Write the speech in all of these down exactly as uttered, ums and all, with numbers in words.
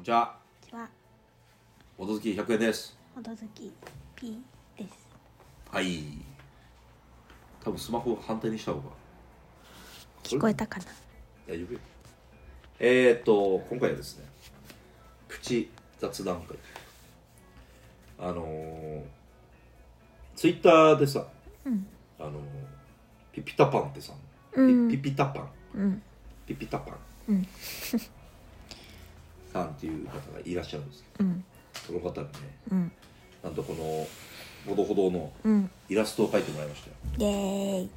んにちは。 こんにちは。 おとずきひゃくえんです。 ほどずき P です。 はい。多分スマホ反対にした方が聞こえたかな。 大丈夫よ。えーっと今回はですね、プチ雑談会。あのー、ツイッターでさ、 うん、 あのー、ピピタパンってさ、 うん、 ピピピタパン、 うん、 ピピタパン、 うん、 さんっていう方がいらっしゃるんですけうん、 ど、その方にね、 うん、 なんとこのほどほどのうん、 イラストを描いてもらいましたよ。 イエーイ。 い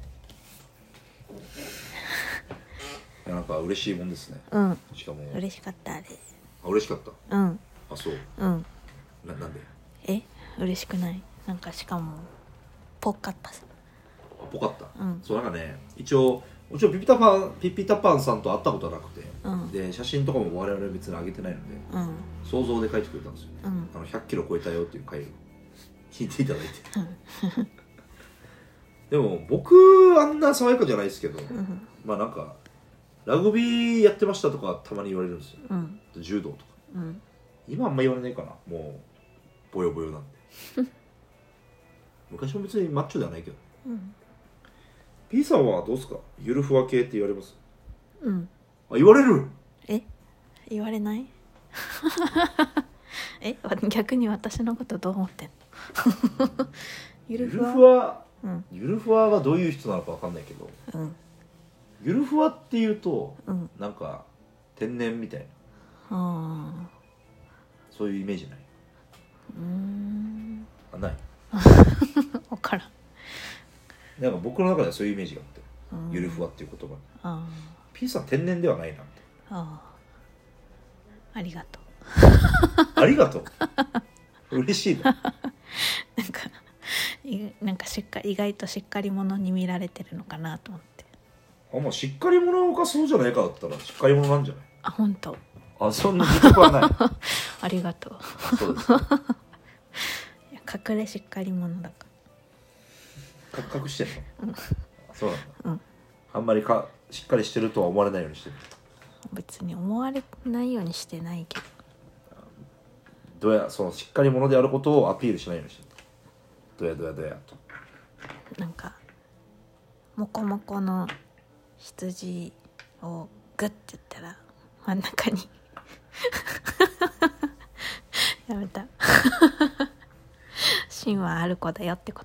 やなんか嬉しいもんですね。 うん、 しかも嬉しかったあれ。 あ嬉しかった。 うん、 あそう。 うん。 ななんで？ え、嬉しくない？なんかしかもぽかったさ。 あぽかった。 うん。 そうなんかね、一応もちろんピピタパンピピタパンさんと会ったことはなくて、 うん、 で写真とかも我々別に上げてないので、 うん、 想像で描いてくれたんですよね。 うん、 あのひゃっキロ超えたよっていう回を聞いていただいて。でも僕あんな爽やかじゃないですけど、 うん、 まあなんかラグビーやってましたとかたまに言われるんですよ。 うん、 柔道とか。 うん。 今あんま言われないかな。もうボヨボヨなんで。昔も別にマッチョではないけど。 うん。 P さんはどうですか？ゆるふわ系って言われます？ うん。 あ、言われる？ え、言われない？え、逆に私のことどう思ってんの？ゆるふわ。 ゆるふわ、 うん、 ゆるふわがどういう人なのかわかんないけど、 うん、 ゆるふわっていうと、 うん。 なんか天然みたいな、 ああ。 そういうイメージない？ うーん。 あ、ない？ わからん。 なんか僕の中ではそういうイメージがあって、 うん、 ゆるふわっていう言葉に。 あ P さん天然ではないなみたいな。 あ、ありがとありがとう。嬉しいな。 う。なんかいなんかしっかり意外としっかり者に見られてるのかなと思って。 あ、もうしっかり者かそうじゃないかだったらしっかり者なんじゃない？ あ、本当。 あ、そんな自覚はない。 ありがとう。 あ、そうですか。 いや隠れしっかり者だかか隠してんの？ うんあ、そうなんだ。 ら。うん。 あんまりかしっかりしてるとは思われないようにしてる。 別に思われないようにしてないけど。 どやそのしっかり者であることをアピールしないようにしてる。どやどやどやと。 なんかモコモコの羊をグッて言ったら真ん中にやめた。芯はある子だよってこと。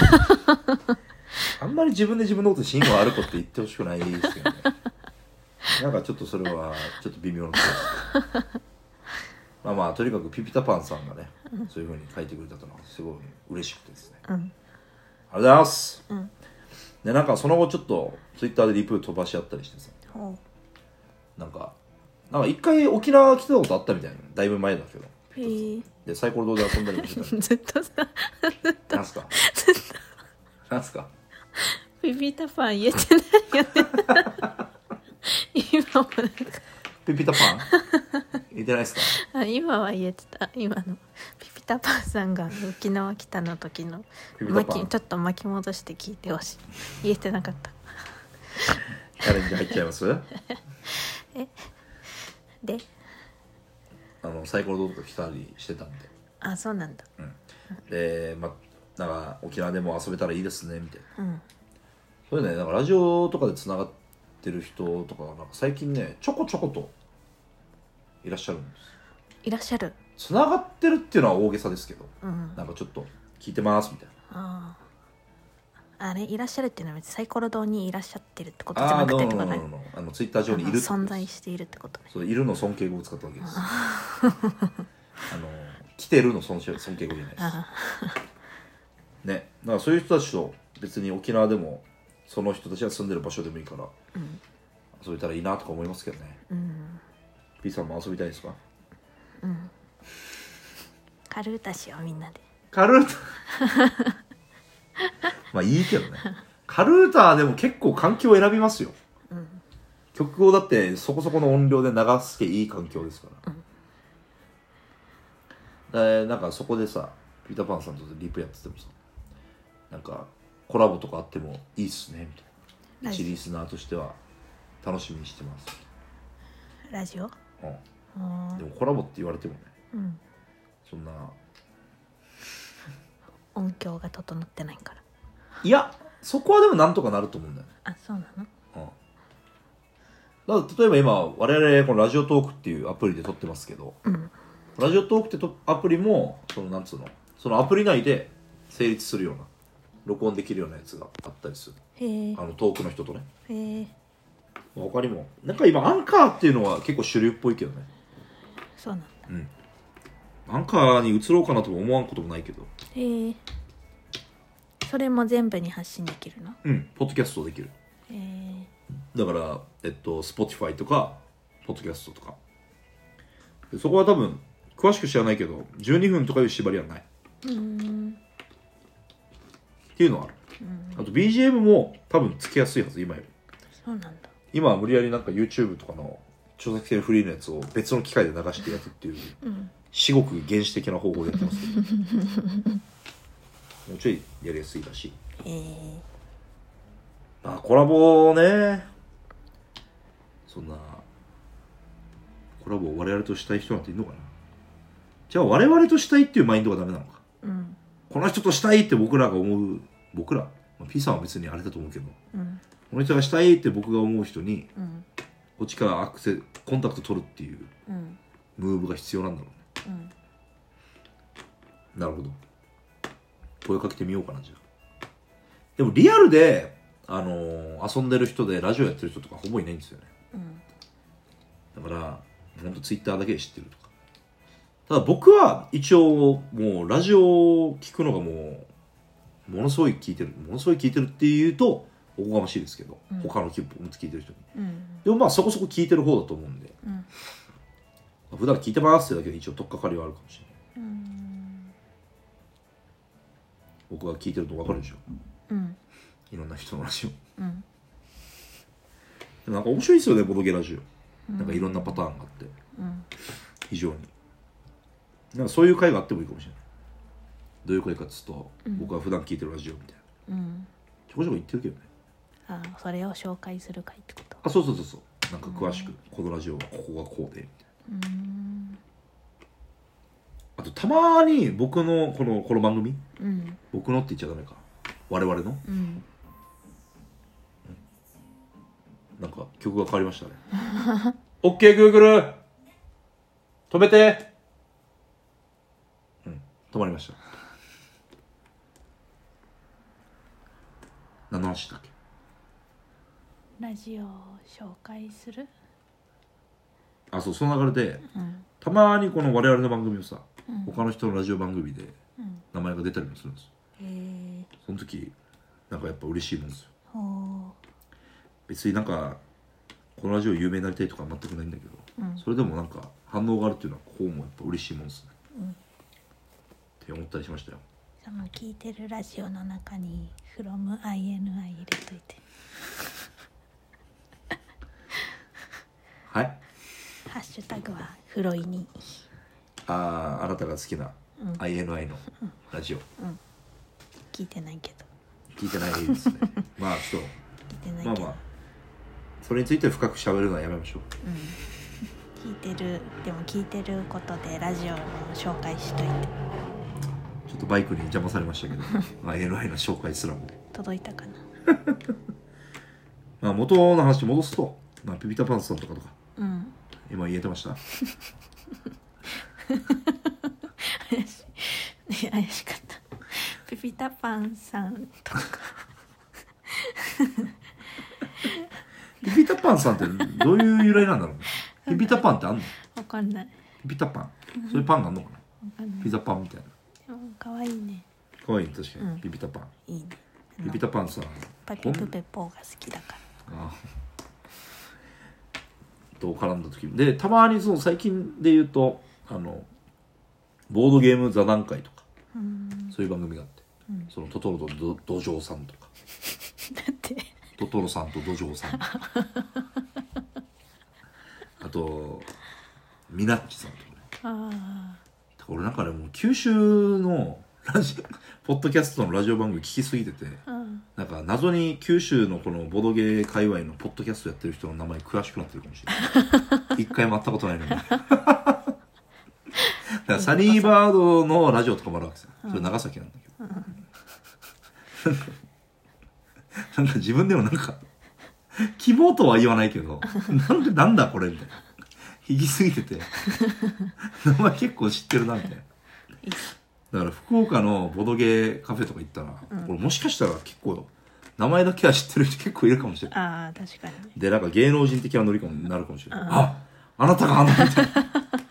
あんまり自分で自分のこと芯はある子って言ってほしくないですけどね。なんかちょっとそれはちょっと微妙な気がする。まあまあとにかくピピタパンさんがね、うん、そういう風に書いてくれたとのはすごい嬉しくてですね。 うん、 ありがとうございます。 うん、 でなんかその後ちょっとツイッターでリプ飛ばし合ったりしてさ、なんかなんか一回沖縄来てたことあったみたいな、だいぶ前だけど。 へー。 でサイコロ堂で遊んだりもしてた。 ずっとさ、ずっとなんすか？ ずっとなんすか？ ピピタパン言えてないよね。今もなんかピピタパン言ってないですか？ あ、今は言えてた。今のピピタパンさんが沖縄来たの時のピピタパン巻きちょっと巻き戻して聞いてほしい。言えてなかった。 チャレンジ入っちゃいます？ えであのサイコロ堂とか来たりしてたんで。 あ、そうなんだ。 うん、でまあなんか沖縄でも遊べたらいいですねみたいな。 うん。 それね、なんかラジオとかでつながってる人とかなんか最近ねちょこちょこといらっしゃるんです。 いらっしゃる。 つながってるっていうのは大げさですけど、 うん。 なんかちょっと聞いてますみたいな。 ああ。あれいらっしゃるっていうのは別にサイコロ堂にいらっしゃってるってことじゃなくてってことね。 あのツイッター上にいるってこと存在しているってことね。 そういるの尊敬語を使ったわけです。あの来てるの尊敬尊敬語じゃないです。ね、だからそういう人たちと別に沖縄でもその人たちが住んでる場所でもいいから、うん、遊べたらいいなとか思いますけどね。うん、P さんも遊びたいですか？ うん。カルータしようみんなで。 カルータまあいいけどね。カルータでも結構環境を選びますよ。うん、曲をだってそこそこの音量で流すけいい環境ですから。うん、でなんかそこでさピーターパンさんとリプやっててもさ、なんかコラボとかあってもいいっすねみたいな。一リスナーとしては楽しみにしてます。 ラジオ？ うん。 あでもコラボって言われてもね、 ーうんそんな音響が整ってないから。 いやそこはでもなんとかなると思うんだよね。 あ、そうなの。 うん、だから例えば今我々このラジオトークっていうアプリで撮ってますけど、 うんラジオトークってとアプリもそのなんつうのそのアプリ内で成立するような録音できるようなやつがあったりする。 へえあの遠くの人とね。 へえ他にもなんか今アンカーっていうのは結構主流っぽいけどね。 そうなんだ。 うんアンカーに移ろうかなとも思わんこともないけど、 へえそれも全部に発信できるの。 うんポッドキャストできる。 へえだからえっと Spotify とかポッドキャストとかでそこは多分詳しく知らないけどじゅうにふんとかいう縛りはないっうーんていうのはある。 うんあと ビージーエム も多分つけやすいはず今より。 そうなんだ。 今は無理やりなんか YouTube とかの著作権フリーのやつを別の機械で流してやつっていううん至極原始的な方法でやってますけどもうちょいやりやすいらしい。 へえあコラボね。そんなコラボを我々としたい人なんているのかな。じゃあ我々としたいっていうマインドがダメなのか。 うんこの人としたいって僕らが思う僕ら、まあ、P さんは別にあれだと思うけどうんこの人がしたいって僕が思う人にうんこっちからアクセコンタクト取るっていううんムーブが必要なんだろうね。 うんなるほど声かけてみようかな。じゃあでもリアルで、あのー遊んでる人でラジオやってる人とかほぼいないんですよね。 うんだからほんとツイッターだけで知ってるとか。ただ僕は一応もうラジオを聞くのがもうものすごい聞いてるものすごい聞いてるっていうとおこがましいですけど、 うん他の聞いてる人にうんでもまあそこそこ聞いてる方だと思うんでうん普段聞いてますってだけで一応取っかかりはあるかもしれない。 うん僕が聞いてると分かるでしょうんいろんな人のラジオ。 うんでもなんか面白いですよねボドゲラジオ。なんかいろんなパターンがあってうん非常になんかそういう回があってもいいかもしれない。どういう回かっつうと、 うん僕は普段聞いてるラジオみたいなうんちょこちょこ言ってるけどね。 あそれを紹介する会ってこと。 あそうそうそうそうなんか詳しく、このラジオはここがこうでみたいな。 うんあとたまに僕のこのこの番組うん僕のって言っちゃダメか我々のうんなんか曲が変わりましたねOK Google 止めてうん止まりました。何の話だっけ。 ラジオを紹介する。 あそうその流れでうんたまにこの我々の番組をさうん他の人のラジオ番組でうん名前が出たりもするんですよ。 へえその時なんかやっぱ嬉しいもんですよ。 ほ別になんかこのラジオ有名になりたいとか全くないんだけど、 ううんそれでもなんか反応があるっていうのはこうもやっぱ嬉しいもんですね、 うんって思ったりしましたよ。 その聞いてるラジオの中に フロムアイエヌアイ 入れといて。 はい。 ハッシュタグはフロイに。 あああなたが好きなうんアイエヌアイ のラジオ、 うん聞いてないけど聞いてないですねまあちょっ聞いてないけど、 とまあまあそれについて深く喋るのはやめましょう。 うん聞いてるでも聞いてることでラジオを紹介しといて。 ちょっとバイクに邪魔されましたけどアイエヌアイ の紹介すらも届いたかな。 まあ元の話戻すと、まあ、ピピタパンさんとかとかうん今言えてました怪しい怪しかった。ピピタパンさんとかピピタパンさんってどういう由来なんだろうねピピタパンってあんの。 わかんない。 ピピタパンそういうパンがあんのかなわかんない。 ピザパンみたいな。 でも可愛いね。 かわいい確かに、 うんピピタパンいいね。あピのピタパンさんパピプペポーが好きだから。 あと絡んだ時でたまにその最近で言うとあのボードゲーム座談会とかうんそういう番組があってうんそのトトロとドドジョウさんとかだってトトロさんとドジョウさんあとミナッチさんとかね。 あ俺なんかねもう九州のラジオポッドキャストのラジオ番組聞きすぎててあうんなんか謎に九州のこのボドゲー界隈のポッドキャストやってる人の名前詳しくなってるかもしれない一回も会ったことないのにだからサニーバードのラジオとかもあるわけですよ。それ長崎なんだけど、うん、なんか自分でもなんか希望とは言わないけどなんでなんだこれみたいな、引きすぎてて名前結構知ってるなみたいな。だから福岡のボドゲーカフェとか行ったら、うん、これもしかしたら結構名前だけは知ってる人結構いるかもしれない。 ああ確かに。 でなんか芸能人的なノリかもなるかもしれない。あ、あなたがあなたみたいな。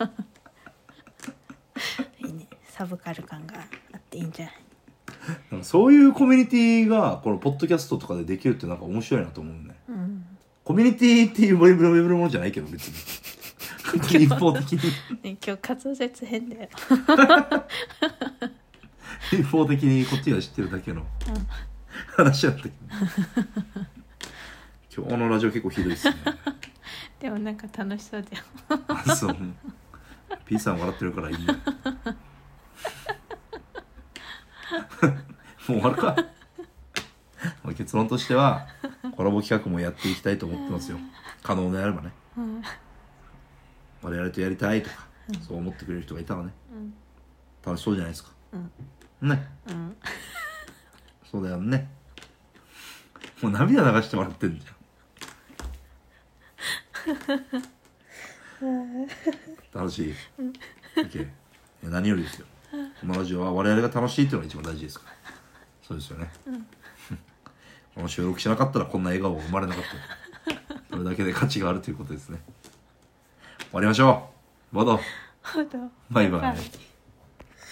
いいね、サブカル感があっていいんじゃない。 なんかそういうコミュニティがこのポッドキャストとかでできるってなんか面白いなと思うね、うん、コミュニティっていうレベルのものじゃないけど別に一方的に、 ね、今日滑舌変だよ一方的にこっちが知ってるだけの話だったけど、今日のラジオ結構ひどいっすね。 でもなんか楽しそうだよ。 あ、そう、P さん笑ってるからいいよもう終わるか結論としてはコラボ企画もやっていきたいと思ってますよ。可能であればね、うん、我々とやりたいとか、うん、そう思ってくれる人がいたらね、うん、楽しそうじゃないですか、うん、ね、うん、そうだよね。もう涙流してもらってんじゃん楽しい、うん、OK、 何よりですよ。このラジオは我々が楽しいっていうのが一番大事ですから。そうですよね、うん、この収録しなかったらこんな笑顔が生まれなかったそれだけで価値があるということですね。終わりましょう。ボドバイバイ。